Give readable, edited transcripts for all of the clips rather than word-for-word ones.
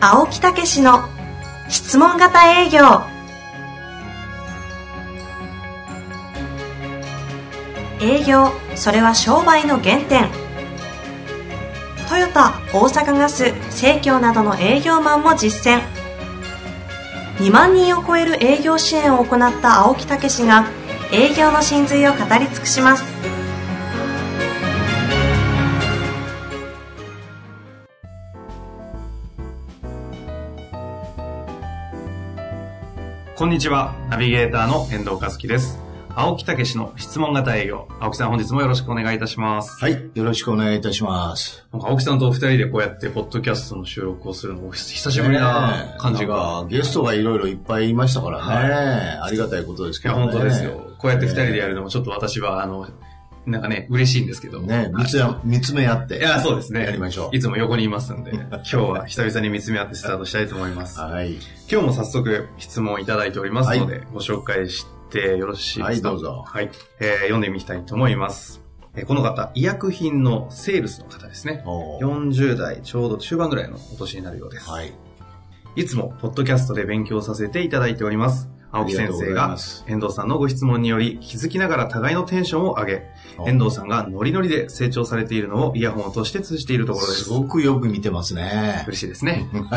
青木武の質問型営業。営業、それは商売の原点。トヨタ、大阪ガス、生協などの営業マンも実践。2万人を超える営業支援を行った青木武が営業の真髄を語り尽くします。 こんにちは、ナビゲーターの遠藤和樹です。青木武の質問型営業。青木さん、本日もよろしくお願いいたします。 はい、よろしくお願いいたします。 なんか青木さんとお二人でこうやってポッドキャストの収録をするの久しぶりな感じが、 ゲストがいろいろいっぱいいましたからね、ありがたいことですけどね。 いや、本当ですよ。こうやって二人でやるのもちょっと私はなんかね、嬉しいんですけど。 ね、見つめ合って。 いや、そうですね。 やりましょう。 いつも横にいますんで、今日は久々に見つめ合ってスタートしたいと思います。 はい。 今日も早速質問いただいておりますので、ご紹介してよろしいですか？ はい、どうぞ。 はい。読んでみたいと思います。この方、医薬品のセールスの方ですね。40代ちょうど中盤ぐらいのお年になるようです。 はい。 いつもポッドキャストで勉強させていただいております。青木先生が遠藤さんのご質問により気づきながら互いのテンションを上げ、遠藤さんがノリノリで成長されているのをイヤホンを通して通じているところです。 すごくよく見てますね。 嬉しいですね。 はい。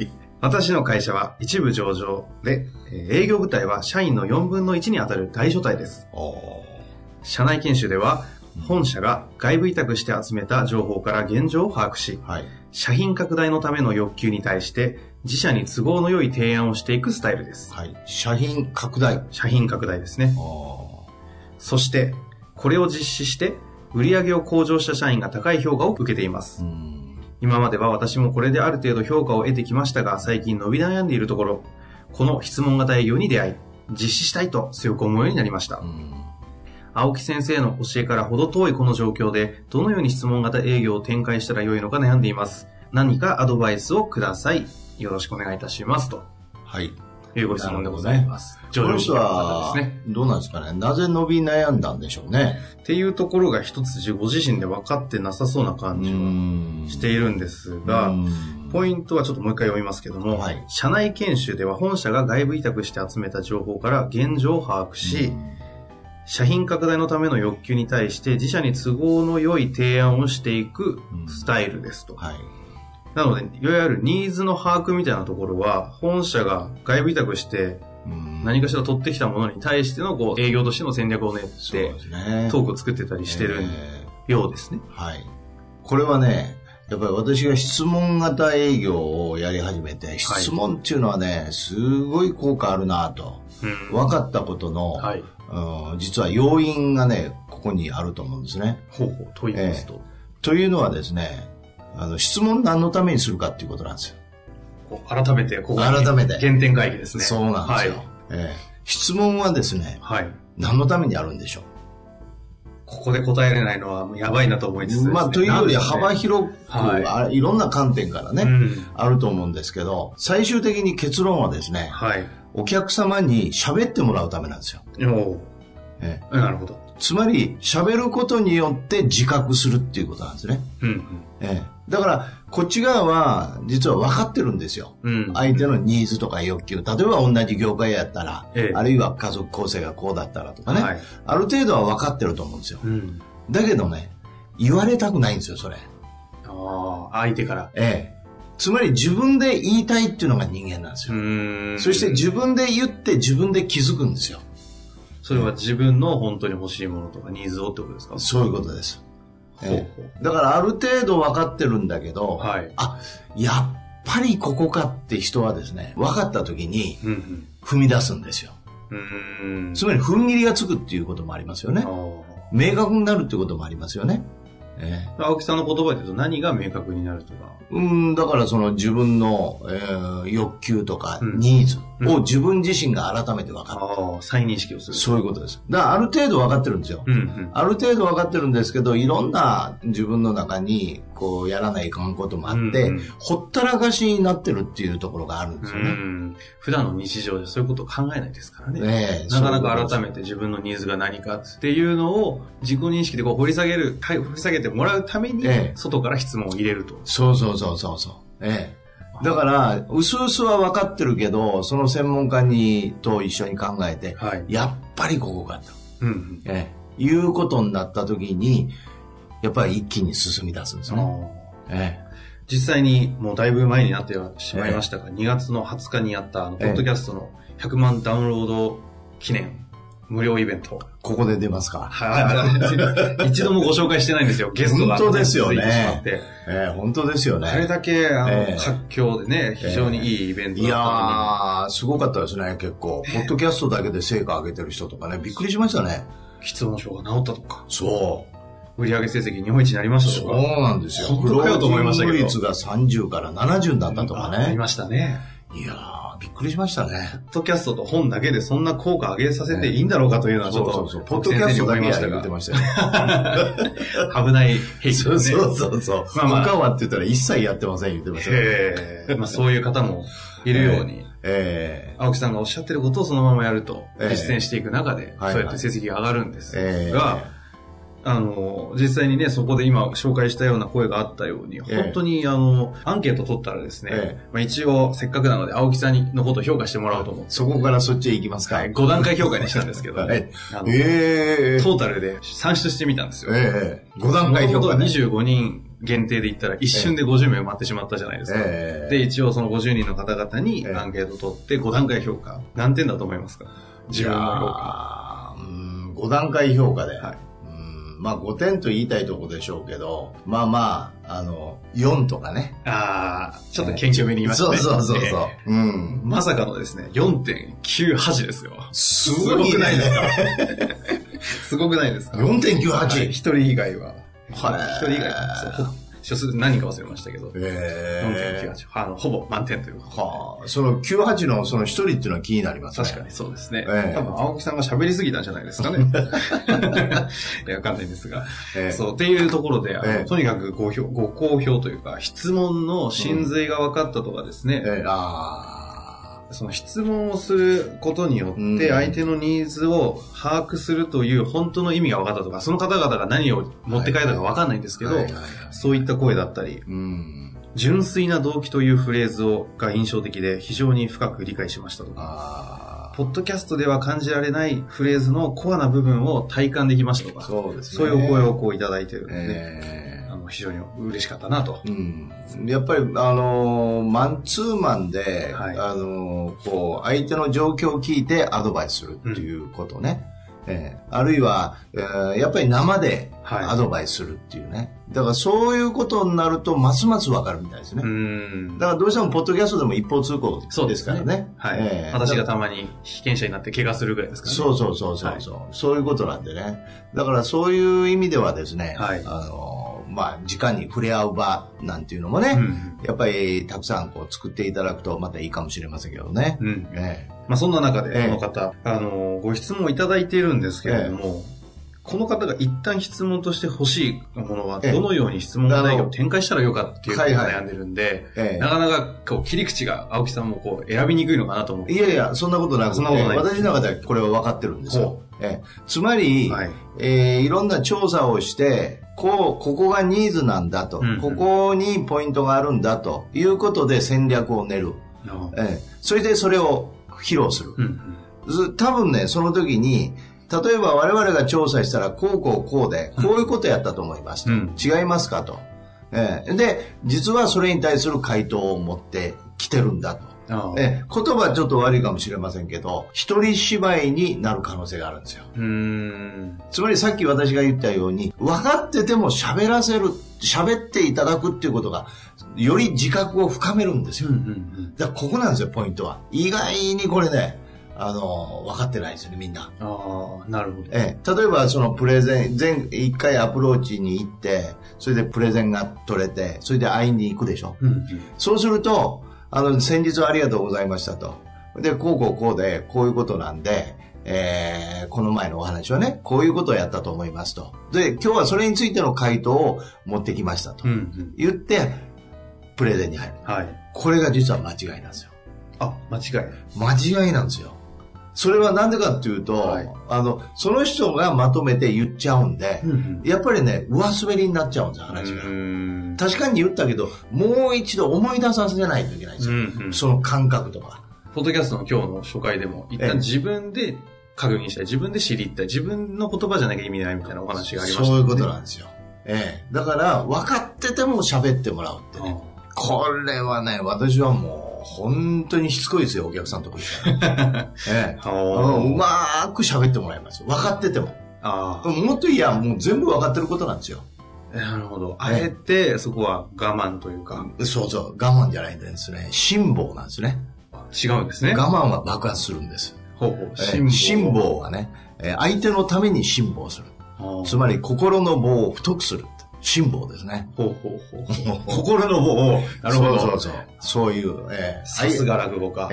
私の会社は一部上場で、営業部隊は社員の4分の1に当たる大所帯です。社内研修では本社が外部委託して集めた情報から現状を把握し、はい、社品拡大のための欲求に対して自社に都合の良い提案をしていくスタイルです。 はい。社品拡大ですね。そしてこれを実施して売上を向上した社員が高い評価を受けています。今までは私もこれである程度評価を得てきましたが、最近伸び悩んでいるところ、この質問型営業に出会い、実施したいと強く思うようになりました。青木先生の教えからほど遠いこの状況で、どのように質問型営業を展開したらよいのか悩んでいます。何かアドバイスをください。よろしくお願いいたします。と。 はい。 いうご質問でございます。 この人は、どうなんですかね。なぜ伸び悩んだんでしょうね。 っていうところが一つご自身で分かってなさそうな感じをしているんですが、ポイントはちょっともう一回読みますけども、はい、社内研修では本社が外部委託して集めた情報から現状を把握し、社品拡大のための欲求に対して自社に都合の良い提案をしていくスタイルですと。はい、なので、いわゆるニーズの把握みたいなところは、本社が外部委託して何かしら取ってきたものに対しての営業としての戦略を練って、トークを作ってたりしてるようですね。 はい。これはね、やっぱり私が質問型営業をやり始めて、質問っていうのはね、すごい効果あるなと、分かったことの、実は要因がね、ここにあると思うんですね。 と言いますと。 というのはですね、質問何のためにするかっていうことなんですよ。 改めて、ここに原点回帰ですね。 そうなんですよ。質問はですね、何のためにあるんでしょう。 ここで答えられないのはやばいなと思いつつ、 というより幅広く、いろんな観点からね、あると思うんですけど、最終的に結論はですね、お客様に喋ってもらうためなんですよ。 なるほど。 つまり、喋ることによって自覚するっていうことなんですね。だから、こっち側は、実は分かってるんですよ。相手のニーズとか欲求。例えば同じ業界やったら、あるいは家族構成がこうだったらとかね。ある程度は分かってると思うんですよ。だけどね、言われたくないんですよ、それ。 相手から。 つまり自分で言いたいっていうのが人間なんですよ。そして自分で言って自分で気づくんですよ。 それは自分の本当に欲しいものとかニーズをってことですか？ そういうことです。だからある程度分かってるんだけど、やっぱりここかって人はですね、分かった時に踏み出すんですよ。つまり踏ん切りがつくっていうこともありますよね。明確になるっていうこともありますよね。 青木さんの言葉で言うと何が明確になるとか。 だからその自分の、欲求とかニーズを自分自身が改めて分かる。 再認識をする。 そういうことです。だからある程度分かってるんですよ。ある程度分かってるんですけど、いろんな自分の中にこうやらないかんこともあって、ほったらかしになってるっていうところがあるんですよね。 普段の日常でそういうことを考えないですからね。なかなか改めて自分のニーズが何かっていうのを自己認識でこう掘り下げてもらうために、外から質問を入れると。 そう。 だから、うすうすは分かってるけど、その専門家と一緒に考えて、はい、やっぱりここかと、いうことになった時に、やっぱり一気に進み出すんですね。 実際にもうだいぶ前になってしまいましたが、2月の20日にやったポッドキャストの100万ダウンロード記念無料イベント。 ここで出ますか？ はい。一度もご紹介してないんですよ、ゲストが。 本当ですよね。本当ですよね。 あれだけ、活況でね、非常にいいイベントだったのに。 いやー、すごかったですね、結構。ポッドキャストだけで成果上げてる人とかね、びっくりしましたね。 喫音症が治ったとか。 そう。 売上成績日本一になりましたとか。 そうなんですよ。 本当かよと思いましたけど。 率が30から70になったとかね。 ありましたね。 いやー、びっくりしましたね。 ポッドキャストと本だけでそんな効果上げさせていいんだろうかというのはちょっと、 ポッドキャストだけは言ってましたよ。 危ない兵器ですね。 そう。他はって言ったら一切やってません言ってましたよ。 そういう方もいるように。青木さんがおっしゃってることをそのままやると、実践していく中で、そうやって成績が上がるんですが、実際にね、そこで今紹介したような声があったように、本当にアンケート取ったらですね、一応せっかくなので青木さんのことを評価してもらおうと思って。 そこからそっちへ行きますか？ はい、5段階評価にしたんですけど、トータルで算出してみたんですよ。 5段階評価、 ね。25人限定で言ったら一瞬で50名埋まってしまったじゃないですか。で、一応その50人の方々にアンケート取って5段階評価。何点だと思いますか？自分の評価。 5段階評価で。はい。まあ5点と言いたいところでしょうけど、4とかね。 ちょっと謙虚めに言いましたね。 そう。 まさかのですね、4.98 ですよ。 すごくないですか？ すごくないですか？ 4.98。 一人以外は。一人以外は。少数何か忘れましたけど。4.98。ほぼ満点というか。 その98のその一人っていうのは気になりますね。 確かにそうですね。多分青木さんが喋りすぎたんじゃないですかね。いや、わかんないんですが。そう、っていうところで、とにかくご好評というか、質問の真髄が分かったとかですね。その質問をすることによって相手のニーズを把握するという本当の意味が分かったとか、その方々が何を持って帰ったか分かんないんですけど、そういった声だったり、純粋な動機というフレーズが印象的で非常に深く理解しましたとか、ポッドキャストでは感じられないフレーズのコアな部分を体感できましたとか、そういうお声をいただいているので、非常に嬉しかったなと。 やっぱり、マンツーマンで、相手の状況を聞いてアドバイスするっていうことね。あるいは、やっぱり生でアドバイスするっていうね。だからそういうことになるとますますわかるみたいですね。だからどうしてもポッドキャストでも一方通行ですからね。 私がたまに被験者になって怪我するぐらいですからね。 そういうことなんでね。だからそういう意味ではですね、直に触れ合う場なんていうのもね、やっぱりたくさん作っていただくとまたいいかもしれませんけどね。 そんな中でこの方、ご質問をいただいているんですけれども、この方が一旦質問として欲しいものはどのように質問内容を展開したらよかっていうことを悩んでるんで、なかなか切り口が青木さんも選びにくいのかなと思って。 いや、そんなことなくて、私の中ではこれは分かってるんですよ。つまり、いろんな調査をして、ここがニーズなんだと、ここにポイントがあるんだということで戦略を練る。それでそれを披露する。多分ね、その時に、例えば我々が調査したらこうで、こういうことやったと思いますと。違いますかと。で、実はそれに対する回答を持ってきてるんだと。言葉はちょっと悪いかもしれませんけど、一人芝居になる可能性があるんですよ。つまりさっき私が言ったように、分かってても喋っていただくっていうことが、より自覚を深めるんですよ。だからここなんですよ、ポイントは。意外にこれね、分かってないですよね、みんな。 なるほど。 例えば、そのプレゼン、一回アプローチに行って、それでプレゼンが取れて、それで会いに行くでしょ。そうすると、先日はありがとうございましたと。で、こうで、こういうことなんで、この前のお話はね、こういうことをやったと思いますと。で、今日はそれについての回答を持ってきましたと。言って、プレゼンに入る。これが実は間違いなんですよ。 間違い？ 間違いなんですよ。 それはなんでかっていうと、はい、その人がまとめて言っちゃうんで、やっぱりね、上滑りになっちゃうんですよ、話が。確かに言ったけど、もう一度思い出させないといけないんですよ。その感覚とか。 ポッドキャストの今日の初回でも、一旦自分で確認したい、自分で知りたい、自分の言葉じゃなきゃ意味ないみたいなお話がありましたね。 そういうことなんですよ。だから、分かってても喋ってもらうってね。これはね、私はもう、本当にしつこいですよ、お客さんとこ行ったら。うまーく喋ってもらいます。分かってても。もっといや、もう全部分かってることなんですよ。 なるほど。あえて、そこは我慢というか。 そうそう、我慢じゃないんですね。辛抱なんですね。 違うんですね。 我慢は爆発するんです。辛抱はね、相手のために辛抱する。つまり、心の棒を太くする。辛抱ですね。 心の棒を。 なるほど。そういう、 さすが落語家。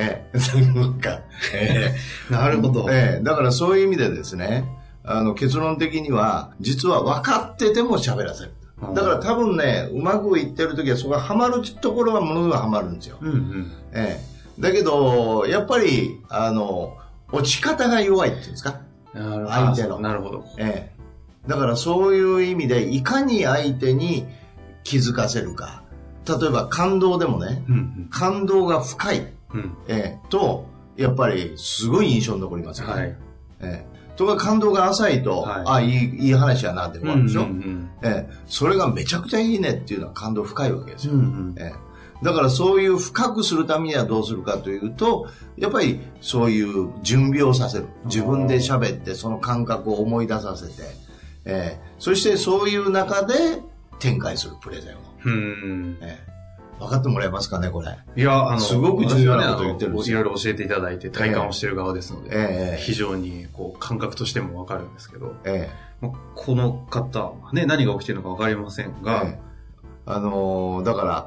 なるほど。だからそういう意味でですね、結論的には、実は分かってても喋らせる。だから多分ね、うまくいってる時は、そこがハマるところはものすごいハマるんですよ。だけど、やっぱり、落ち方が弱いっていうんですか。相手の。 なるほど。 だからそういう意味で、いかに相手に気づかせるか。例えば感動でもね、感動が深い、と、やっぱりすごい印象に残りますよね。とか感動が浅いと、いい話やなって思うんでしょ。それがめちゃくちゃいいねっていうのは感動深いわけですよ。だからそういう深くするためにはどうするかというと、やっぱりそういう準備をさせる。自分で喋ってその感覚を思い出させて、そしてそういう中で展開するプレゼンを。分かってもらえますかね、これ。 いや、 すごく重要なこと言ってるんですよ。 いろいろ教えていただいて体感をしている側ですので、非常にこう感覚としても分かるんですけど、この方はね、何が起きているのか分かりませんが、 だから、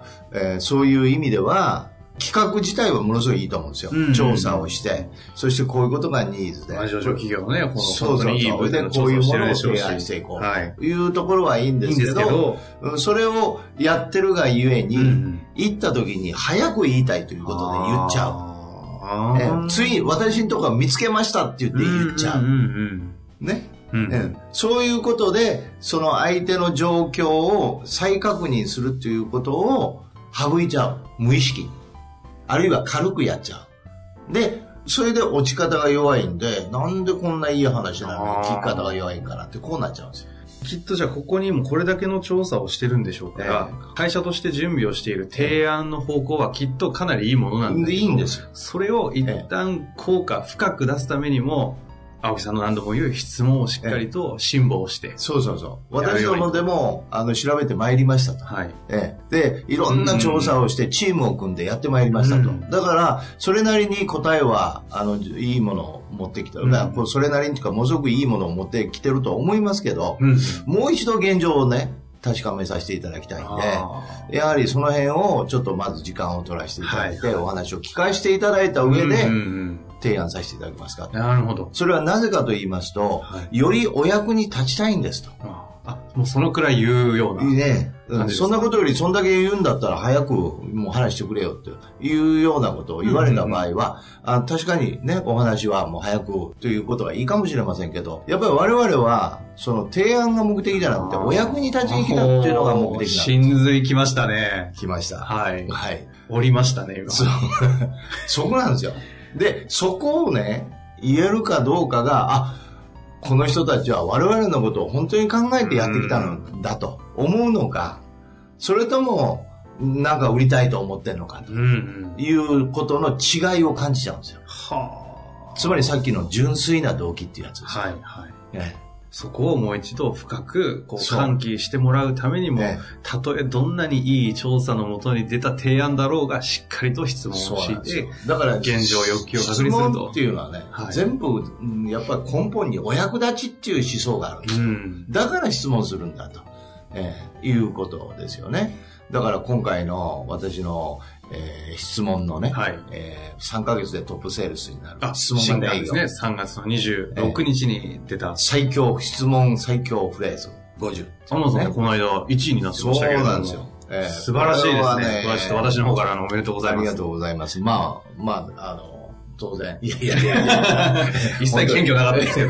そういう意味では、企画自体はものすごいいいと思うんですよ。調査をして、そしてこういうことがニーズで。 上場企業のね、この本当にいい部分の調査をしてるでしょうし、こういうものを提案していこうというところはいいんですけど、それをやってるがゆえに、行った時に早く言いたいということで言っちゃう。つい私のところ見つけましたって言って言っちゃう。ね。そういうことで、その相手の状況を再確認するということを省いちゃう。無意識に。あるいは軽くやっちゃう。で、それで落ち方が弱いんで、なんでこんないい話なのに聞き方が弱いんかなってこうなっちゃうんですよ。 きっとじゃあここにもこれだけの調査をしてるんでしょうから、会社として準備をしている提案の方向はきっとかなりいいものなんでいいんですよ。 それを一旦効果深く出すためにも、青木さんの何度も言う質問をしっかりと辛抱して。 そう。私どもでも、調べてまいりましたと。で、いろんな調査をしてチームを組んでやってまいりましたと。だから、それなりに答えは、いいものを持ってきた。それなりにというか、ものすごくいいものを持ってきてると思いますけど、もう一度現状をね、確かめさせていただきたいんで、やはりその辺をちょっとまず時間を取らせていただいて、お話を聞かせていただいた上で、提案させていただけますか。 なるほど。 それはなぜかと言いますと、よりお役に立ちたいんですと。 もうそのくらい言うような。 ね。そんなことよりそんだけ言うんだったら早くもう話してくれよっていうようなことを言われた場合は、確かにね、お話はもう早くということはいいかもしれませんけど、やっぱり我々はその提案が目的じゃなくてお役に立ちに来たっていうのが目的なんです。 真髄来ましたね。 来ました。 はい。降りましたね、今。 そこなんですよ。で、そこをね、言えるかどうかが、この人たちは我々のことを本当に考えてやってきたのだと思うのか、それともなんか売りたいと思ってるのかということの違いを感じちゃうんですよ。つまりさっきの純粋な動機っていうやつです。そこをもう一度深く喚起してもらうためにも、たとえどんなにいい調査のもとに出た提案だろうが、しっかりと質問をして、 だから現状欲求を確認すると。質問っていうのはね、全部やっぱり根本にお役立ちっていう思想があるんですよ。だから質問するんだと、いうことですよね。だから今回の私の質問のね、3ヶ月でトップセールスになる質問がですね、3月の26日に出た、 質問最強フレーズ50。 アマゾンでこの間1位になってましたけども。 そうなんですよ。 素晴らしいですね。私の方からおめでとうございます。 ありがとうございます。 当然。 いや。一切謙虚なかったですけど。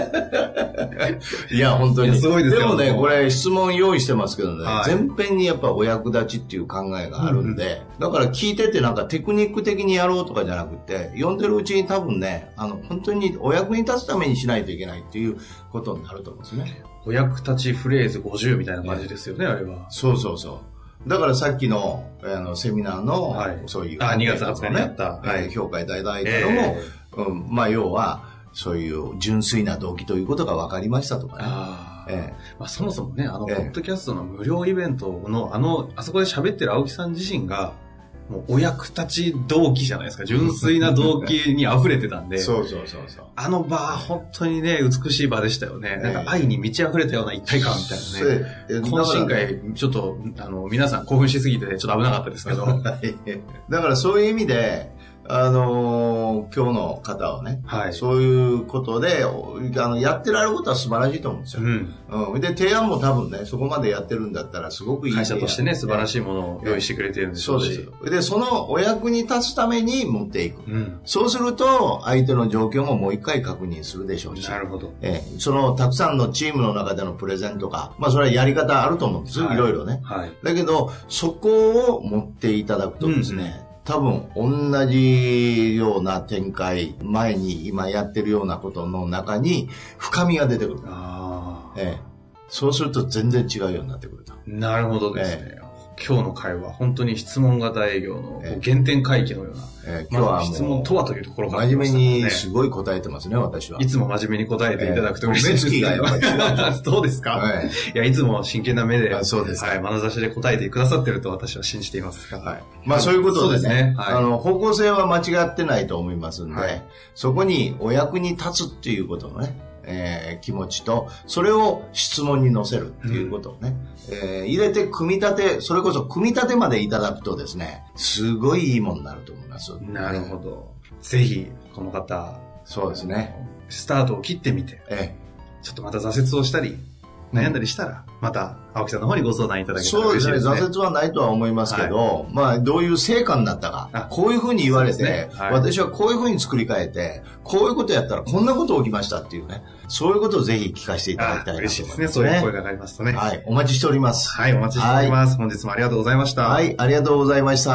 いや、本当に。 すごいですよ。 でもね、これ質問用意してますけどね、はい、前編にやっぱお役立ちっていう考えがあるんで、だから聞いててなんかテクニック的にやろうとかじゃなくて、読んでるうちに多分ね、本当にお役に立つためにしないといけないっていうことになると思うんですね。 お役立ちフレーズ50みたいな感じですよね、あれは。 そうそうそう。だからさっきの、セミナーの、はい、そういう、 2月20日にやった、 評価いただいたのも、まあ要は、そういう純粋な動機ということが分かりましたとかね。 まあ、そもそもね、ポッドキャストの無料イベントの、あそこで喋ってる青木さん自身が、もうお役立ち動機じゃないですか。純粋な動機に溢れてたんで。 そう。 あの場、本当にね、美しい場でしたよね。なんか愛に満ち溢れたような一体感みたいなね。懇親会、ちょっと、皆さん興奮しすぎて、ちょっと危なかったですけど。 だからそういう意味で、今日の方はね、はい、そういうことで、やってられることは素晴らしいと思うんですよ。で、提案も多分ね、そこまでやってるんだったらすごくいい。 会社としてね、素晴らしいものを用意してくれてるんでしょうし。 そうです。で、そのお役に立つために持っていく。そうすると、相手の状況ももう一回確認するでしょうし。 なるほど。 その、たくさんのチームの中でのプレゼンとか、まあ、それはやり方あると思うんですよ。いろいろね。はい。だけど、そこを持っていただくとですね、多分同じような展開、前に今やってるようなことの中に深みが出てくる。そうすると全然違うようになってくると。 なるほどですね。今日の会話、本当に質問型営業の原点回帰のような。今日は質問とはというところから、 真面目にすごい答えてますね、私は。 いつも真面目に答えていただくと嬉しいです。 目つきがやっぱり違う。 そうですか、いや、いつも真剣な目で、 そうです。 はい、眼差しで答えてくださってると私は信じています。 はい。まあそういうことでね、方向性は間違ってないと思いますんで、そこにお役に立つっていうことのね、気持ちと、それを質問に乗せるっていうことをね、入れて組み立て、それこそ組み立てまでいただくとですね、すごいいいものになると思います。 なるほど。ぜひ、この方、 そうですね。 スタートを切ってみて、ちょっとまた挫折をしたり、悩んだりしたら、また、青木さんの方にご相談いただけたら嬉しいですね。 そうですね。挫折はないとは思いますけど、まあ、どういう成果になったか、こういうふうに言われて、私はこういうふうに作り変えて、こういうことやったらこんなこと起きましたっていうね、そういうことをぜひ聞かせていただきたいなと思います。 嬉しいですね。そういう声が上がりますとね。 はい。お待ちしております。 はい、お待ちしております。本日もありがとうございました。 はい、ありがとうございました。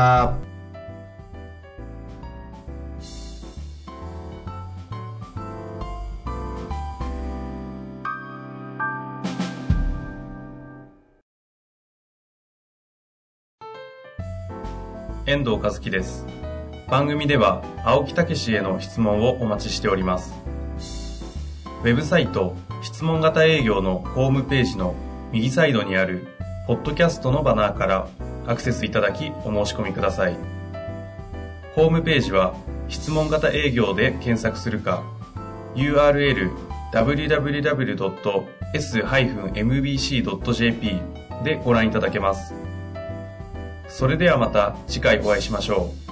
遠藤和樹です。番組では青木武氏への質問をお待ちしております。ウェブサイト質問型営業のホームページの右サイドにあるポッドキャストのバナーからアクセスいただきお申し込みください。ホームページは質問型営業で検索するか URL www.s-mbc.jp でご覧いただけます。それではまた次回お会いしましょう。